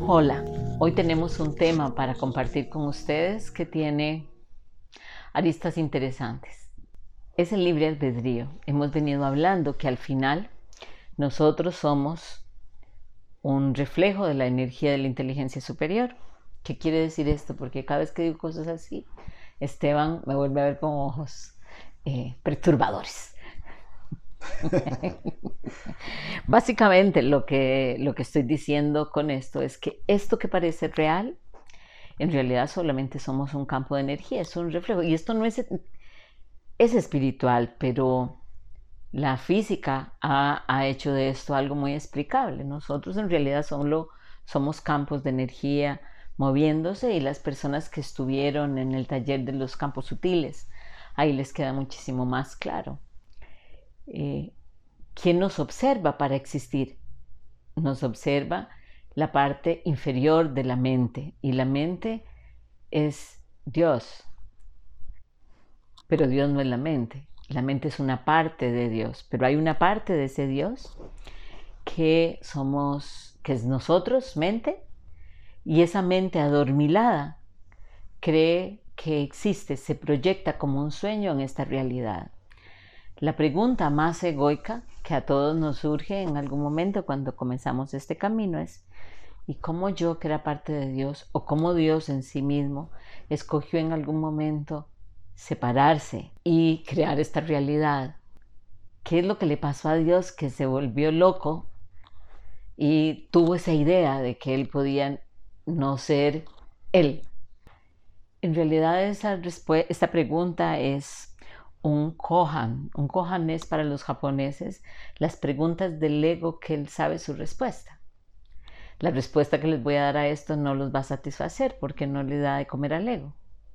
Hola, hoy tenemos un tema para compartir con ustedes que tiene aristas interesantes. Es el libre albedrío. Hemos venido hablando que al final nosotros somos un reflejo de la energía de la inteligencia superior. ¿Qué quiere decir esto? Porque cada vez que digo cosas así, Esteban me vuelve a ver con ojos perturbadores. Básicamente lo que estoy diciendo con esto es que esto que parece real, en realidad solamente somos un campo de energía, es un reflejo. Y esto no es espiritual, pero la física ha hecho de esto algo muy explicable. Nosotros en realidad solo somos campos de energía moviéndose, y las personas que estuvieron en el taller de los campos sutiles, ahí les queda muchísimo más claro. ¿Quién nos observa para existir? Nos observa la parte inferior de la mente, y la mente es Dios, pero Dios no es la mente. La mente es una parte de Dios, pero hay una parte de ese Dios que es nosotros, mente, y esa mente adormilada cree que existe, se proyecta como un sueño en esta realidad. La pregunta más egoica que a todos nos surge en algún momento cuando comenzamos este camino es: ¿y cómo yo, que era parte de Dios, o cómo Dios en sí mismo escogió en algún momento separarse y crear esta realidad? ¿Qué es lo que le pasó a Dios que se volvió loco y tuvo esa idea de que Él podía no ser Él? En realidad esta pregunta es un kohan. Un kohan es, para los japoneses, las preguntas del ego que él sabe su respuesta. La respuesta que les voy a dar a esto no los va a satisfacer porque no le da de comer al ego.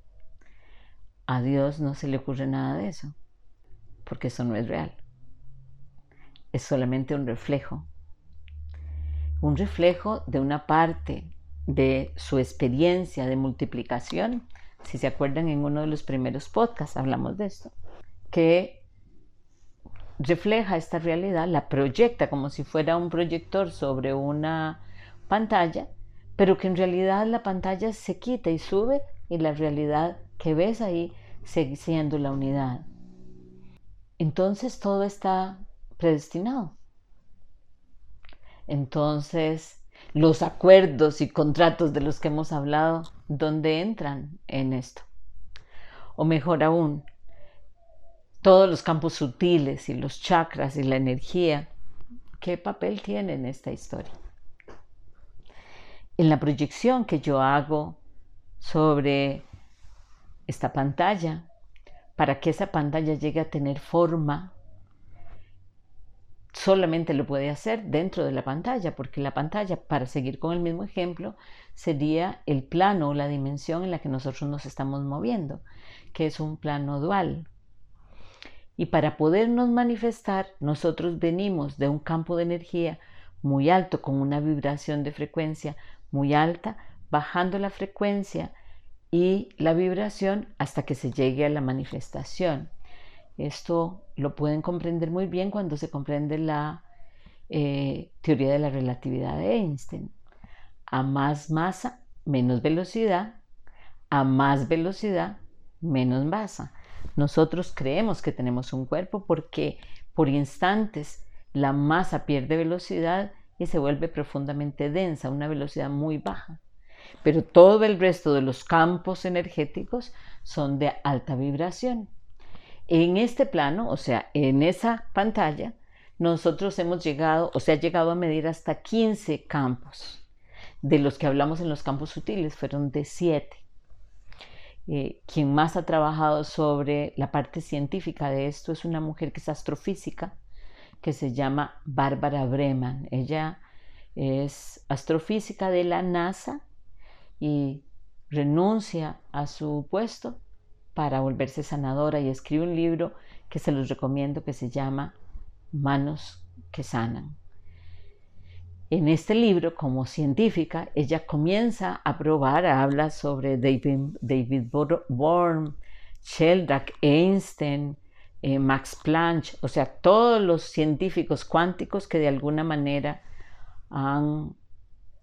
A Dios no se le ocurre nada de eso, porque eso no es real. Es solamente un reflejo de una parte de su experiencia de multiplicación. Si se acuerdan, en uno de los primeros podcasts hablamos de esto, que refleja esta realidad, la proyecta como si fuera un proyector sobre una pantalla, pero que en realidad la pantalla se quita y sube, y la realidad que ves ahí sigue siendo la unidad. Entonces todo está predestinado. Entonces los acuerdos y contratos de los que hemos hablado, ¿dónde entran en esto? O mejor aún, todos los campos sutiles y los chakras y la energía, ¿qué papel tienen en esta historia? En la proyección que yo hago sobre esta pantalla, para que esa pantalla llegue a tener forma, solamente lo puede hacer dentro de la pantalla, porque la pantalla, para seguir con el mismo ejemplo, sería el plano o la dimensión en la que nosotros nos estamos moviendo, que es un plano dual. Y para podernos manifestar, nosotros venimos de un campo de energía muy alto, con una vibración de frecuencia muy alta, bajando la frecuencia y la vibración hasta que se llegue a la manifestación. Esto lo pueden comprender muy bien cuando se comprende la teoría de la relatividad de Einstein. A más masa, menos velocidad; a más velocidad, menos masa. Nosotros creemos que tenemos un cuerpo porque por instantes la masa pierde velocidad y se vuelve profundamente densa, a una velocidad muy baja. Pero todo el resto de los campos energéticos son de alta vibración. En este plano, o sea, en esa pantalla, nosotros hemos llegado, o se ha llegado a medir hasta 15 campos. De los que hablamos en los campos sutiles fueron de 7. Quien más ha trabajado sobre la parte científica de esto es una mujer que es astrofísica, que se llama Bárbara Breman. Ella es astrofísica de la NASA y renuncia a su puesto para volverse sanadora, y escribe un libro que se los recomiendo, que se llama Manos que Sanan. En este libro, como científica, ella comienza a probar, habla sobre David Bohm, Sheldrake, Einstein, Max Planck, o sea, todos los científicos cuánticos que de alguna manera han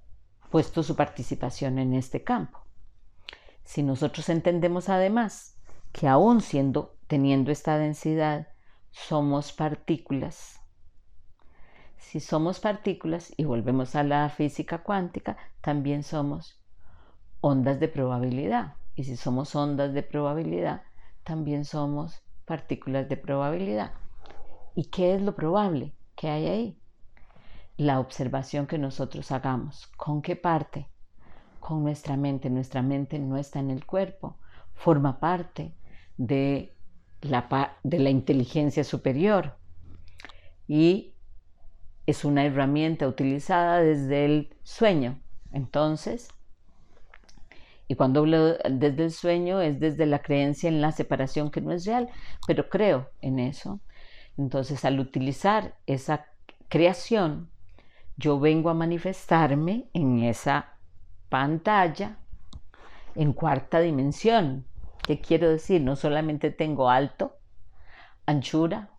puesto su participación en este campo. Si nosotros entendemos además que aún teniendo esta densidad, somos partículas. Si somos partículas, y volvemos a la física cuántica, también somos ondas de probabilidad. Y si somos ondas de probabilidad, también somos partículas de probabilidad. ¿Y qué es lo probable que hay ahí? La observación que nosotros hagamos. ¿Con qué parte? Con nuestra mente. Nuestra mente no está en el cuerpo, forma parte de la inteligencia superior y es una herramienta utilizada desde el sueño. Entonces, y cuando hablo desde el sueño es desde la creencia en la separación que no es real, pero creo en eso. Entonces, al utilizar esa creación, yo vengo a manifestarme en esa pantalla en cuarta dimensión. ¿Qué quiero decir? No solamente tengo alto, anchura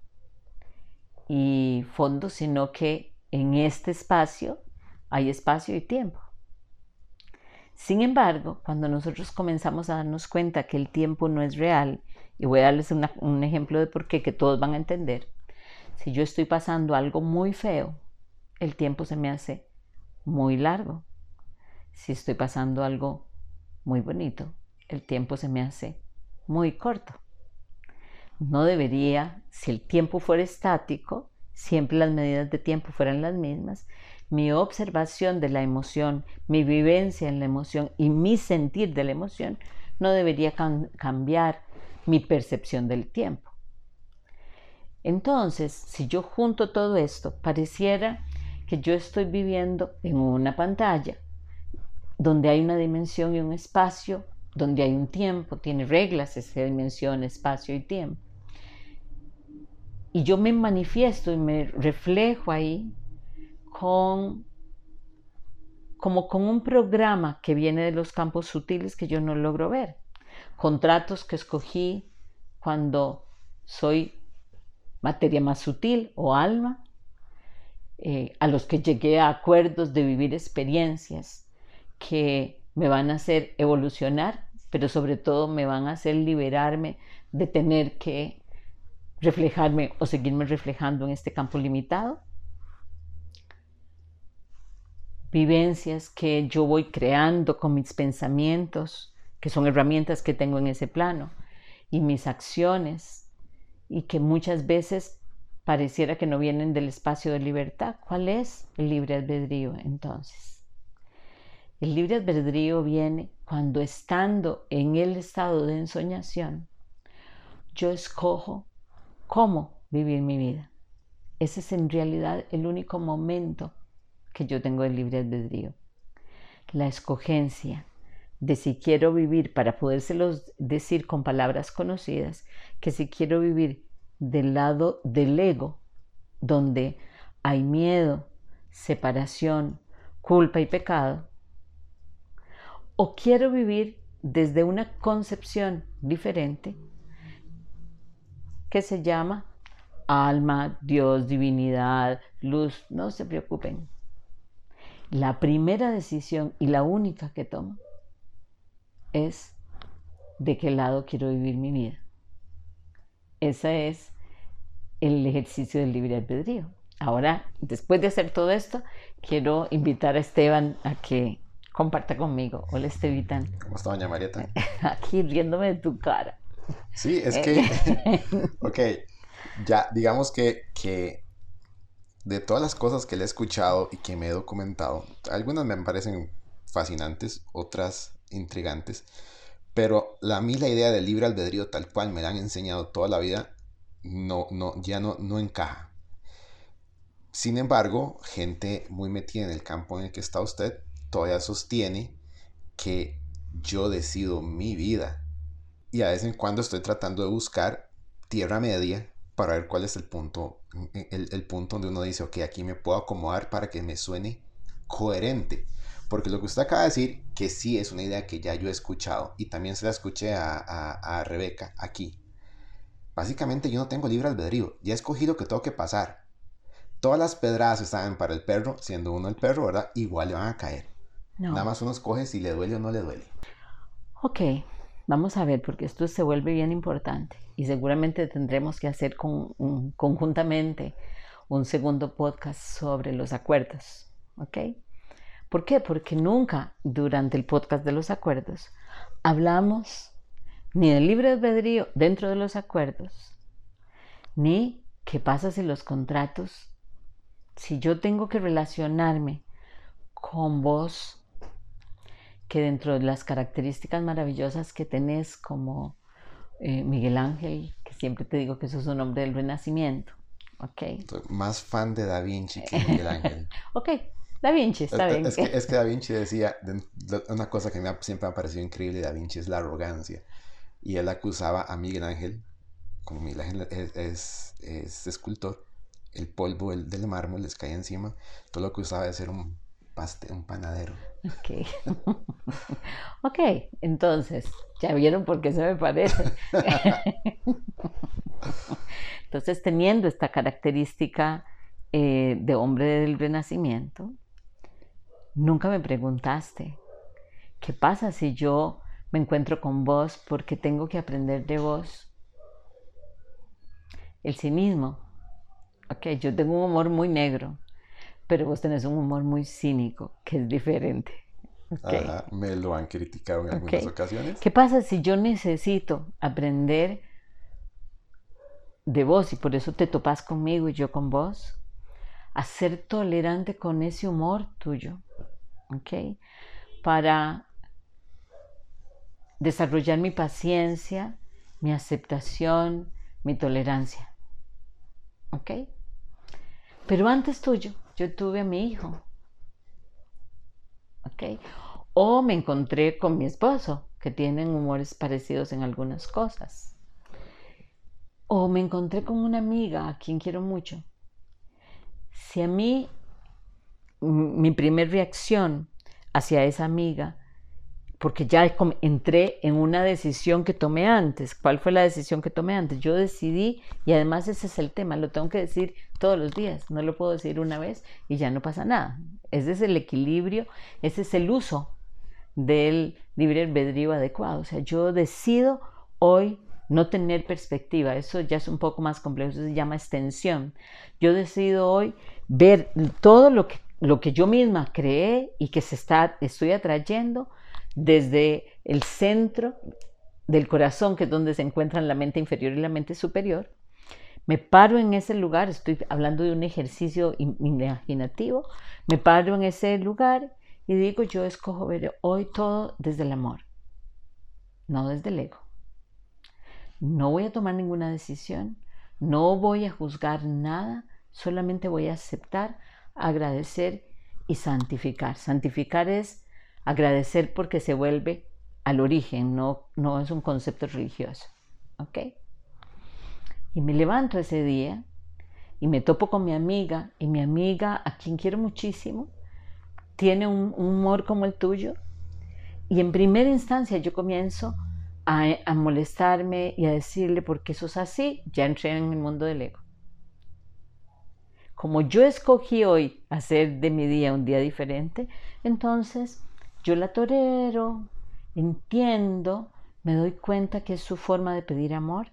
y fondo, sino que en este espacio hay espacio y tiempo. Sin embargo, cuando nosotros comenzamos a darnos cuenta que el tiempo no es real, y voy a darles un ejemplo de por qué que todos van a entender, si yo estoy pasando algo muy feo, el tiempo se me hace muy largo. Si estoy pasando algo muy bonito, el tiempo se me hace muy corto. No debería, si el tiempo fuera estático, siempre las medidas de tiempo fueran las mismas, mi observación de la emoción, mi vivencia en la emoción y mi sentir de la emoción no debería cambiar mi percepción del tiempo. Entonces, si yo junto todo esto, pareciera que yo estoy viviendo en una pantalla donde hay una dimensión y un espacio, donde hay un tiempo, tiene reglas esa dimensión, espacio y tiempo. Y yo me manifiesto y me reflejo ahí como con un programa que viene de los campos sutiles que yo no logro ver. Contratos que escogí cuando soy materia más sutil o alma, a los que llegué a acuerdos de vivir experiencias que me van a hacer evolucionar, pero sobre todo me van a hacer liberarme de tener que reflejarme o seguirme reflejando en este campo limitado. Vivencias que yo voy creando con mis pensamientos, que son herramientas que tengo en ese plano, y mis acciones, y que muchas veces pareciera que no vienen del espacio de libertad. ¿Cuál es el libre albedrío entonces? El libre albedrío viene cuando, estando en el estado de ensoñación, yo escojo cómo vivir mi vida. Ese es en realidad el único momento que yo tengo de libre albedrío. La escogencia de si quiero vivir, para podérselos decir con palabras conocidas, que si quiero vivir del lado del ego, donde hay miedo, separación, culpa y pecado, o quiero vivir desde una concepción diferente que se llama alma, Dios, divinidad, luz. No se preocupen. La primera decisión y la única que tomo es de qué lado quiero vivir mi vida. Ese es el ejercicio del libre albedrío. Ahora, después de hacer todo esto, quiero invitar a Esteban a que comparta conmigo. Hola, Estevitan. ¿Cómo está, doña Marieta? Aquí riéndome de tu cara. Sí, es que, ok, ya digamos que de todas las cosas que le he escuchado y que me he documentado, algunas me parecen fascinantes, otras intrigantes, pero a mí la idea del libre albedrío tal cual me la han enseñado toda la vida, ya no encaja. Sin embargo, gente muy metida en el campo en el que está usted todavía sostiene que yo decido mi vida. Y a vez en cuando estoy tratando de buscar tierra media para ver cuál es el punto donde uno dice, ok, aquí me puedo acomodar para que me suene coherente. Porque lo que usted acaba de decir, que sí es una idea que ya yo he escuchado, y también se la escuché a Rebeca aquí. Básicamente yo no tengo libre albedrío, ya escogí lo que tengo que pasar. Todas las pedradas estaban para el perro, siendo uno el perro, ¿verdad? Igual le van a caer. Nada No. más uno escoge si le duele o no le duele. Ok, vamos a ver, porque esto se vuelve bien importante y seguramente tendremos que hacer conjuntamente un segundo podcast sobre los acuerdos. ¿Ok? ¿Por qué? Porque nunca durante el podcast de los acuerdos hablamos ni del libre albedrío dentro de los acuerdos, ni qué pasa si los contratos, si yo tengo que relacionarme con vos, que dentro de las características maravillosas que tenés como Miguel Ángel, que siempre te digo que eso es un hombre del Renacimiento, ¿ok? Soy más fan de Da Vinci que Miguel Ángel. Ok, Da Vinci, está bien. Es que Da Vinci decía, una cosa que siempre me ha parecido increíble de Da Vinci es la arrogancia. Y él acusaba a Miguel Ángel, como Miguel Ángel es escultor, el polvo del mármol les cae encima, todo lo que usaba de ser un panadero. Ok. Ok, entonces, ya vieron por qué se me parece. Entonces, teniendo esta característica de hombre del Renacimiento, nunca me preguntaste, ¿qué pasa si yo me encuentro con vos porque tengo que aprender de vos? El cinismo. Ok, yo tengo un humor muy negro, pero vos tenés un humor muy cínico, que es diferente. Okay. Ajá, me lo han criticado en algunas Okay. ocasiones. ¿Qué pasa si yo necesito aprender de vos y por eso te topas conmigo y yo con vos? A ser tolerante con ese humor tuyo, ¿ok? Para desarrollar mi paciencia, mi aceptación, mi tolerancia, ¿ok? Pero antes tuyo, yo tuve a mi hijo, ¿ok? O me encontré con mi esposo, que tienen humores parecidos en algunas cosas. O me encontré con una amiga a quien quiero mucho. Si a mí, mi primer reacción hacia esa amiga, porque ya entré en una decisión que tomé antes. ¿Cuál fue la decisión que tomé antes? Yo decidí, y además ese es el tema, lo tengo que decir todos los días, no lo puedo decir una vez y ya no pasa nada. Ese es el equilibrio, ese es el uso del libre albedrío adecuado. O sea, yo decido hoy no tener perspectiva, eso ya es un poco más complejo, eso se llama extensión. Yo decido hoy ver todo lo que yo misma creé y que estoy atrayendo desde el centro del corazón, que es donde se encuentran la mente inferior y la mente superior. Me paro en ese lugar, estoy hablando de un ejercicio imaginativo, me paro en ese lugar y digo, yo escojo ver hoy todo desde el amor, no desde el ego. No voy a tomar ninguna decisión, no voy a juzgar nada, solamente voy a aceptar, agradecer y santificar. Santificar es agradecer porque se vuelve al origen, no es un concepto religioso. ¿Ok? Y me levanto ese día y me topo con mi amiga, y mi amiga, a quien quiero muchísimo, tiene un humor como el tuyo, y en primera instancia yo comienzo a molestarme y a decirle, ¿por qué sos así? Ya entré en el mundo del ego. Como yo escogí hoy hacer de mi día un día diferente, entonces yo la tolero, entiendo, me doy cuenta que es su forma de pedir amor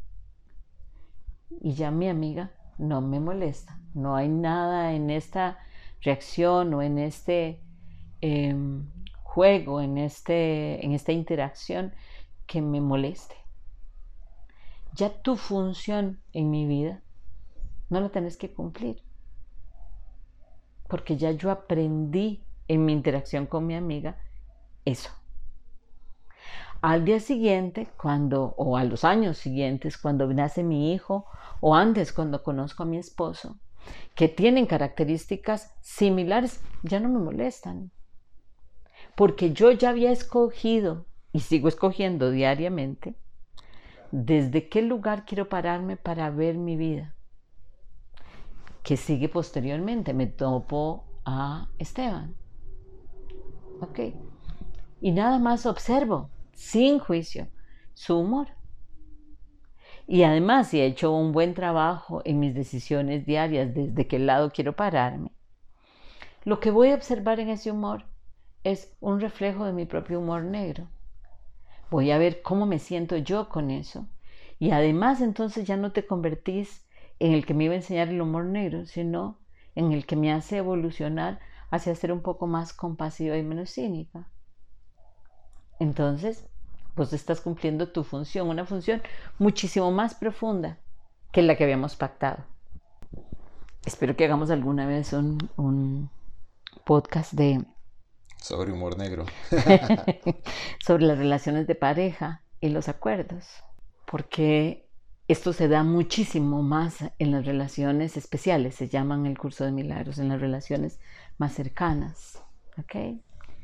y ya mi amiga no me molesta. No hay nada en esta reacción o en este juego, en esta interacción que me moleste. Ya tu función en mi vida no la tenés que cumplir, porque ya yo aprendí en mi interacción con mi amiga eso. Al día siguiente, o a los años siguientes, cuando nace mi hijo, o antes cuando conozco a mi esposo, que tienen características similares, ya no me molestan. Porque yo ya había escogido, y sigo escogiendo diariamente, desde qué lugar quiero pararme para ver mi vida. Que sigue posteriormente, me topo a Esteban. ¿Ok? Y nada más observo, sin juicio, su humor. Y además, si he hecho un buen trabajo en mis decisiones diarias, desde qué lado quiero pararme, lo que voy a observar en ese humor es un reflejo de mi propio humor negro. Voy a ver cómo me siento yo con eso. Y además entonces ya no te convertís en el que me iba a enseñar el humor negro, sino en el que me hace evolucionar hacia ser un poco más compasiva y menos cínica. Entonces, vos estás cumpliendo tu función, una función muchísimo más profunda que la que habíamos pactado. Espero que hagamos alguna vez un podcast Sobre humor negro. sobre las relaciones de pareja y los acuerdos, porque esto se da muchísimo más en las relaciones especiales, se llaman el curso de milagros, en las relaciones más cercanas. ¿Okay?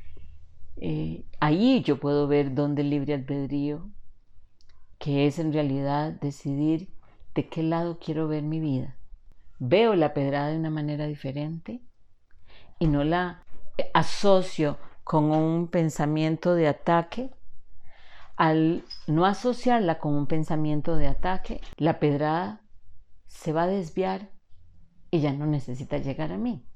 Ahí yo puedo ver dónde el libre albedrío, que es en realidad decidir de qué lado quiero ver mi vida. Veo la pedrada de una manera diferente y no la asocio con un pensamiento de ataque. Al no asociarla con un pensamiento de ataque, la pedrada se va a desviar y ya no necesita llegar a mí.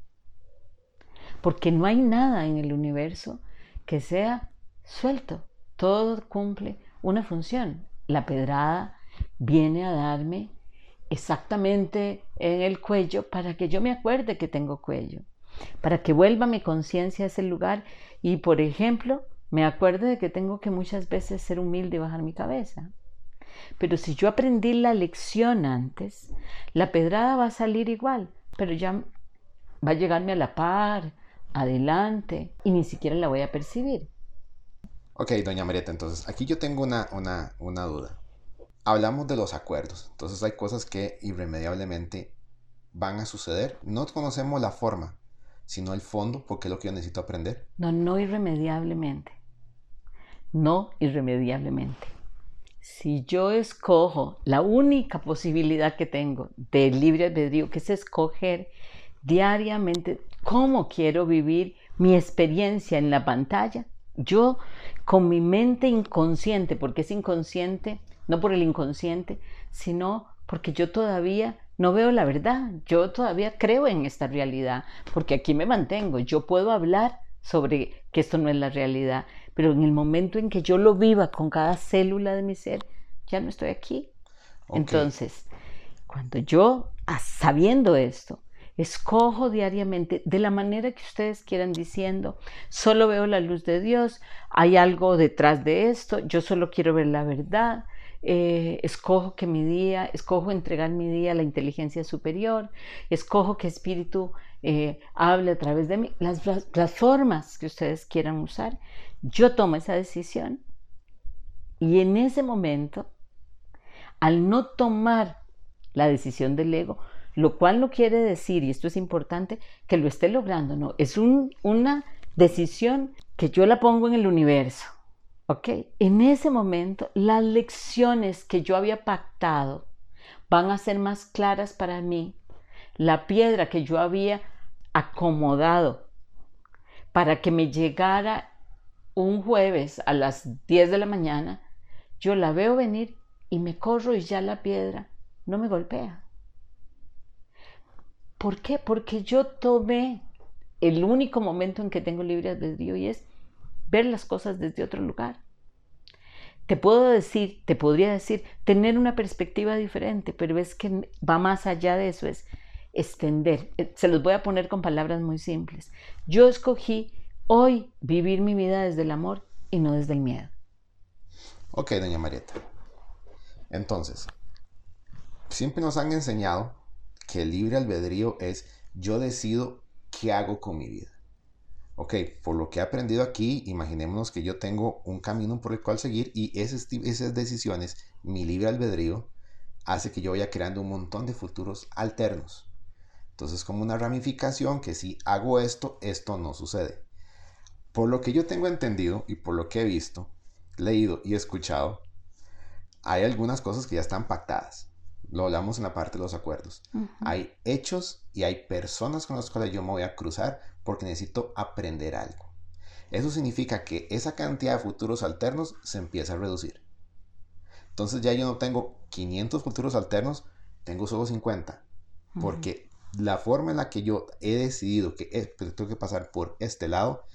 Porque no hay nada en el universo que sea suelto. Todo cumple una función. La pedrada viene a darme exactamente en el cuello para que yo me acuerde que tengo cuello, para que vuelva mi conciencia a ese lugar y, por ejemplo, me acuerde de que tengo que muchas veces ser humilde y bajar mi cabeza. Pero si yo aprendí la lección antes, la pedrada va a salir igual, pero ya va a llegarme a la par, adelante, y ni siquiera la voy a percibir. Ok, doña Marieta, entonces aquí yo tengo una duda. Hablamos de los acuerdos, entonces hay cosas que irremediablemente van a suceder. No conocemos la forma, sino el fondo, porque es lo que yo necesito aprender. No irremediablemente. No irremediablemente. Si yo escojo la única posibilidad que tengo de libre albedrío, que es escoger diariamente cómo quiero vivir mi experiencia en la pantalla, yo con mi mente inconsciente, porque es inconsciente, no por el inconsciente, sino porque yo todavía no veo la verdad, yo todavía creo en esta realidad, porque aquí me mantengo, yo puedo hablar sobre que esto no es la realidad, pero en el momento en que yo lo viva con cada célula de mi ser, ya no estoy aquí. Okay. Entonces, cuando yo, sabiendo esto, escojo diariamente de la manera que ustedes quieran diciendo, solo veo la luz de Dios, hay algo detrás de esto, yo solo quiero ver la verdad, escojo que mi día, escojo entregar mi día a la inteligencia superior, escojo que Espíritu hable a través de mí, las formas que ustedes quieran usar, yo tomo esa decisión y en ese momento, al no tomar la decisión del ego, lo cual no quiere decir, y esto es importante, que lo esté logrando, no, es una decisión que yo la pongo en el universo, ¿ok? En ese momento, las lecciones que yo había pactado van a ser más claras para mí. La piedra que yo había acomodado para que me llegara un jueves a las 10 de la mañana, yo la veo venir y me corro y ya la piedra no me golpea. ¿Por qué? Porque yo tomé el único momento en que tengo libre albedrío y es ver las cosas desde otro lugar. Te podría decir, tener una perspectiva diferente, pero es que va más allá de eso, es extender. Se los voy a poner con palabras muy simples. Yo escogí hoy vivir mi vida desde el amor y no desde el miedo. Ok, doña Marieta. Entonces, siempre nos han enseñado que el libre albedrío es yo decido qué hago con mi vida. Ok, por lo que he aprendido aquí, imaginémonos que yo tengo un camino por el cual seguir y esas decisiones, mi libre albedrío, hace que yo vaya creando un montón de futuros alternos. Entonces, como una ramificación que si hago esto, esto no sucede. Por lo que yo tengo entendido y por lo que he visto, leído y escuchado, hay algunas cosas que ya están pactadas. Lo hablamos en la parte de los acuerdos. Hay hechos y hay personas con las cuales yo me voy a cruzar porque necesito aprender algo. Eso significa que esa cantidad de futuros alternos se empieza a reducir. Entonces ya yo no tengo 500 futuros alternos, tengo solo 50. Porque la forma en la que yo he decidido que tengo que pasar por este lado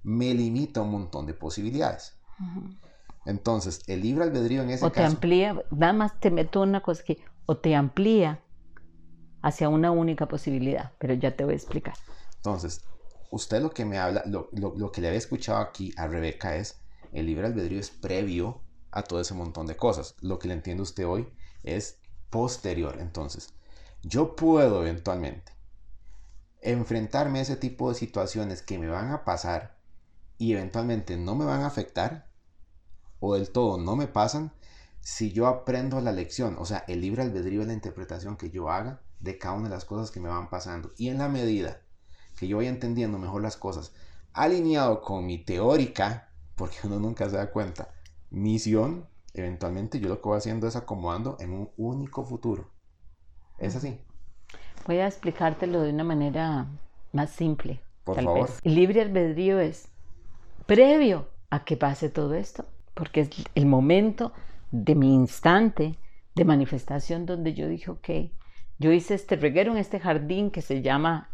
me limita un montón de posibilidades. Ujú. Entonces, el libre albedrío en ese O te caso... amplía, nada más te meto una cosa aquí, o te amplía hacia una única posibilidad, pero ya te voy a explicar. Entonces, usted lo que me habla, lo que le había escuchado aquí a Rebeca es, el libre albedrío es previo a todo ese montón de cosas. Lo que le entiende usted hoy es posterior. Entonces, yo puedo eventualmente enfrentarme a ese tipo de situaciones que me van a pasar y eventualmente no me van a afectar o del todo no me pasan si yo aprendo la lección. O sea, el libre albedrío es la interpretación que yo haga de cada una de las cosas que me van pasando. Y en la medida que yo vaya entendiendo mejor las cosas, alineado con mi teórica, porque uno nunca se da cuenta, misión, eventualmente yo lo que voy haciendo es acomodando en un único futuro. ¿Es así? Voy a explicártelo de una manera más simple, Por tal favor. vez. El libre albedrío es previo a que pase todo esto, porque es el momento de mi instante de manifestación donde yo dije, ok, yo hice este reguero en este jardín que se llama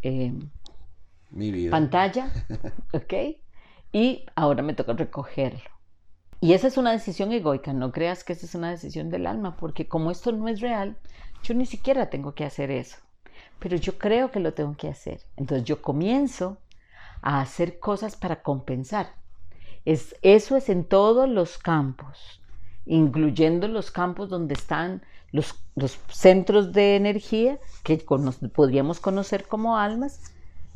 Mi vida. pantalla, ok, y ahora me toca recogerlo. Y esa es una decisión egoica, no creas que esa es una decisión del alma, porque como esto no es real, yo ni siquiera tengo que hacer eso, pero yo creo que lo tengo que hacer. Entonces yo comienzo a hacer cosas para compensar. Eso es en todos los campos, incluyendo los campos donde están los centros de energía que podríamos conocer como almas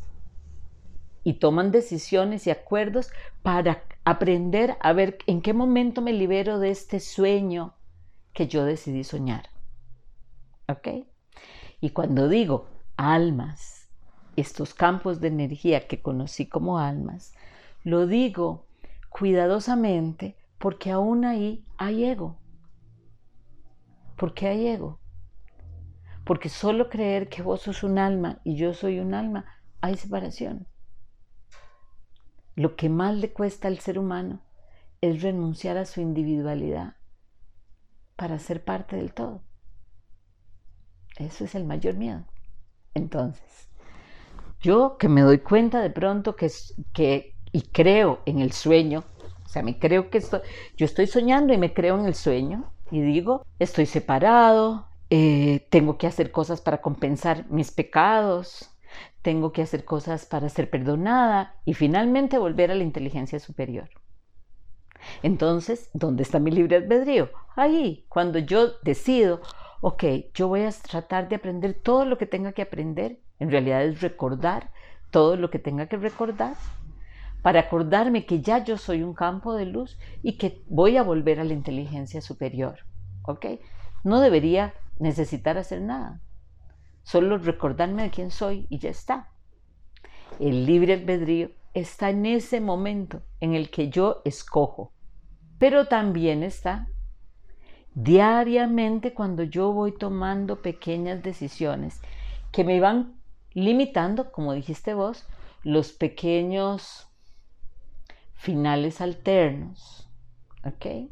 y toman decisiones y acuerdos para aprender a ver en qué momento me libero de este sueño que yo decidí soñar. ¿Ok? Y cuando digo almas, estos campos de energía que conocí como almas, lo digo cuidadosamente porque aún ahí hay ego. ¿Por qué hay ego? Porque solo creer que vos sos un alma y yo soy un alma, hay separación. Lo que más le cuesta al ser humano es renunciar a su individualidad para ser parte del todo. Eso es el mayor miedo. Entonces, yo que me doy cuenta de pronto y creo en el sueño, o sea, yo estoy soñando y me creo en el sueño y digo, estoy separado, tengo que hacer cosas para compensar mis pecados, tengo que hacer cosas para ser perdonada y finalmente volver a la inteligencia superior. Entonces, ¿dónde está mi libre albedrío? Ahí, cuando yo decido, ok, yo voy a tratar de aprender todo lo que tenga que aprender, en realidad es recordar todo lo que tenga que recordar, para acordarme que ya yo soy un campo de luz y que voy a volver a la inteligencia superior, ¿ok? No debería necesitar hacer nada, solo recordarme de quién soy y ya está. El libre albedrío está en ese momento en el que yo escojo, pero también está diariamente cuando yo voy tomando pequeñas decisiones que me van limitando, como dijiste vos, los pequeños finales alternos, ¿ok?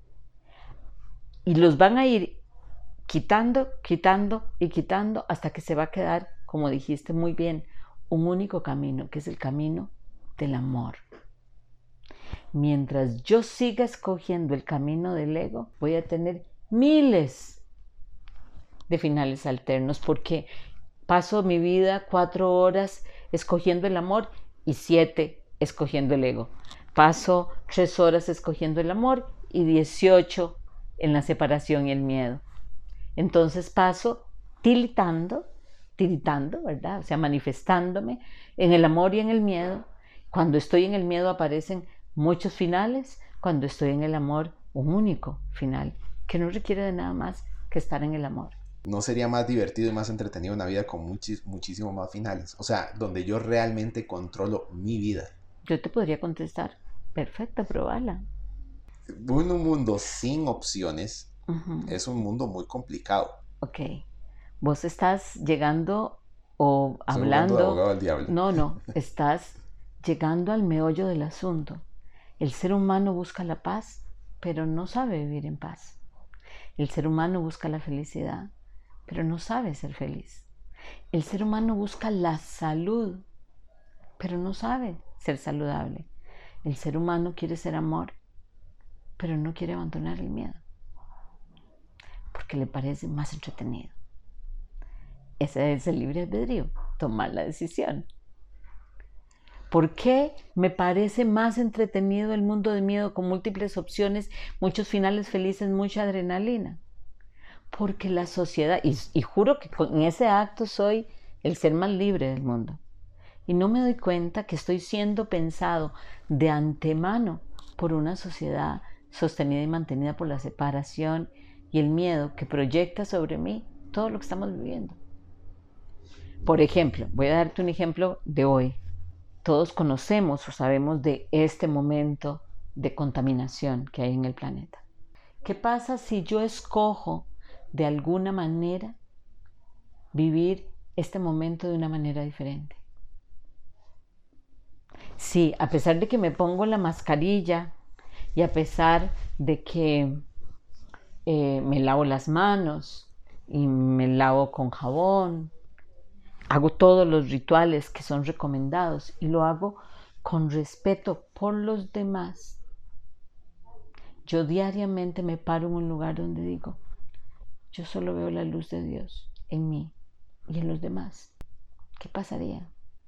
Y los van a ir quitando, quitando y quitando hasta que se va a quedar, como dijiste muy bien, un único camino, que es el camino del amor. Mientras yo siga escogiendo el camino del ego, voy a tener miles de finales alternos porque paso mi vida 4 horas escogiendo el amor y 7 escogiendo el ego. Paso 3 horas escogiendo el amor y 18 en la separación y el miedo. Entonces paso tiritando, ¿verdad? O sea, manifestándome en el amor y en el miedo. Cuando estoy en el miedo aparecen muchos finales, cuando estoy en el amor, un único final, que no requiere de nada más que estar en el amor. ¿No sería más divertido y más entretenido una vida con muchísimo más finales? O sea, donde yo realmente controlo mi vida. Yo te podría contestar, perfecto, probala. Un mundo sin opciones es un mundo muy complicado. Ok, vos estás llegando o Estoy jugando de hablando, abogado al diablo. no, estás llegando al meollo del asunto. El ser humano busca la paz, pero no sabe vivir en paz. El ser humano busca la felicidad, pero no sabe ser feliz. El ser humano busca la salud, pero no sabe ser saludable. El ser humano quiere ser amor, pero no quiere abandonar el miedo, porque le parece más entretenido. Ese es el libre albedrío, tomar la decisión. ¿Por qué me parece más entretenido el mundo de miedo con múltiples opciones, muchos finales felices, mucha adrenalina? Porque la sociedad, y juro que con ese acto soy el ser más libre del mundo, y no me doy cuenta que estoy siendo pensado de antemano por una sociedad sostenida y mantenida por la separación y el miedo que proyecta sobre mí todo lo que estamos viviendo. Por ejemplo, voy a darte un ejemplo de hoy. Todos conocemos o sabemos de este momento de contaminación que hay en el planeta. ¿Qué pasa si yo escojo de alguna manera vivir este momento de una manera diferente? Sí, a pesar de que me pongo la mascarilla y a pesar de que me lavo las manos y me lavo con jabón, hago todos los rituales que son recomendados y lo hago con respeto por los demás. Yo diariamente me paro en un lugar donde digo, yo solo veo la luz de Dios en mí y en los demás. ¿Qué pasaría?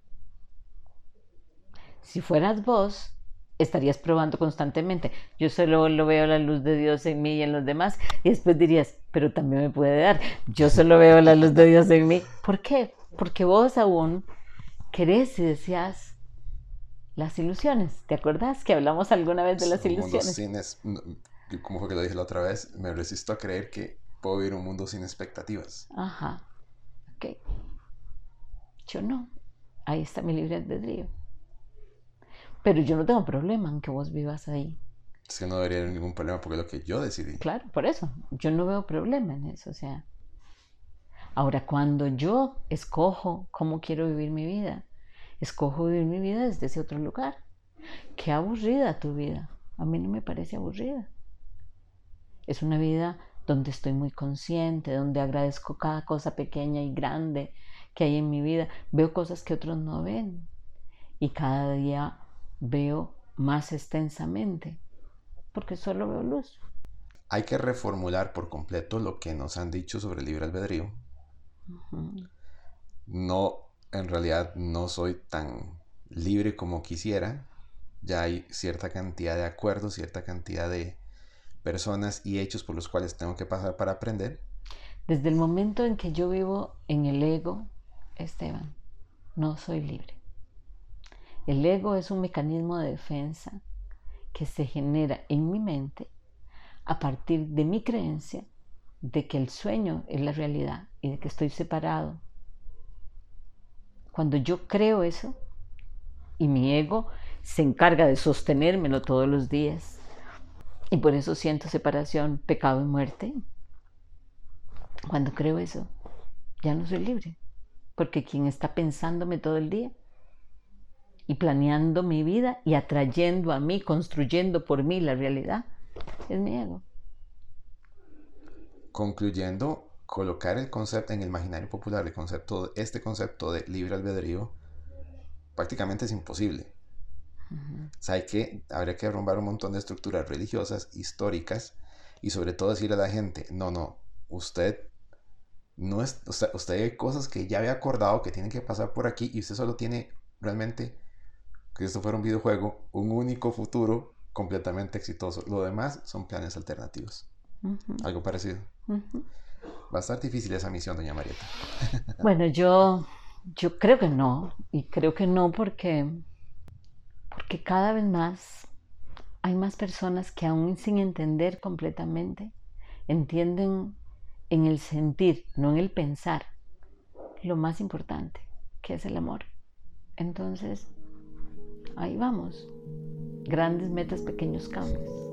Si fueras vos, estarías probando constantemente. Yo solo lo veo la luz de Dios en mí y en los demás. Y después dirías, pero también me puede dar. Yo solo veo la luz de Dios en mí. ¿Por qué? Porque vos aún querés y deseas las ilusiones. ¿Te acordás que hablamos alguna vez de las ilusiones? Como fue que lo dije la otra vez, me resisto a creer que puedo vivir un mundo sin expectativas. Ajá. Ok. Yo no. Ahí está mi libre albedrío. Pero yo no tengo problema en que vos vivas ahí. Es que no debería haber ningún problema porque es lo que yo decidí. Claro, por eso. Yo no veo problema en eso. O sea, ahora cuando yo escojo cómo quiero vivir mi vida, escojo vivir mi vida desde ese otro lugar. Qué aburrida tu vida. A mí no me parece aburrida. Es una vida donde estoy muy consciente, donde agradezco cada cosa pequeña y grande que hay en mi vida. Veo cosas que otros no ven. Y cada día veo más extensamente, porque solo veo luz. Hay que reformular por completo lo que nos han dicho sobre el libre albedrío. No, en realidad no soy tan libre como quisiera. Ya hay cierta cantidad de acuerdos, cierta cantidad de personas y hechos por los cuales tengo que pasar para aprender. Desde el momento en que yo vivo en el ego, Esteban, no soy libre. El ego es un mecanismo de defensa que se genera en mi mente a partir de mi creencia de que el sueño es la realidad y de que estoy separado. Cuando yo creo eso y mi ego se encarga de sostenérmelo todos los días y por eso siento separación, pecado y muerte, cuando creo eso ya no soy libre, porque quien está pensándome todo el día y planeando mi vida y atrayendo a mí, construyendo por mí la realidad, es mi ego. Concluyendo, colocar el concepto en el imaginario popular, este concepto de libre albedrío, prácticamente es imposible. O sea, habría que derrumbar un montón de estructuras religiosas, históricas, y sobre todo decirle a la gente, no, usted hay cosas que ya había acordado que tienen que pasar por aquí y usted solo tiene realmente, que esto fuera un videojuego, un único futuro completamente exitoso. Lo demás son planes alternativos. Algo parecido. Va a estar difícil esa misión, doña Marieta. Bueno, yo creo que no, y creo que no porque cada vez más hay más personas que aún sin entender completamente, entienden en el sentir, no en el pensar, lo más importante, que es el amor. Entonces, ahí vamos. Grandes metas, pequeños cambios.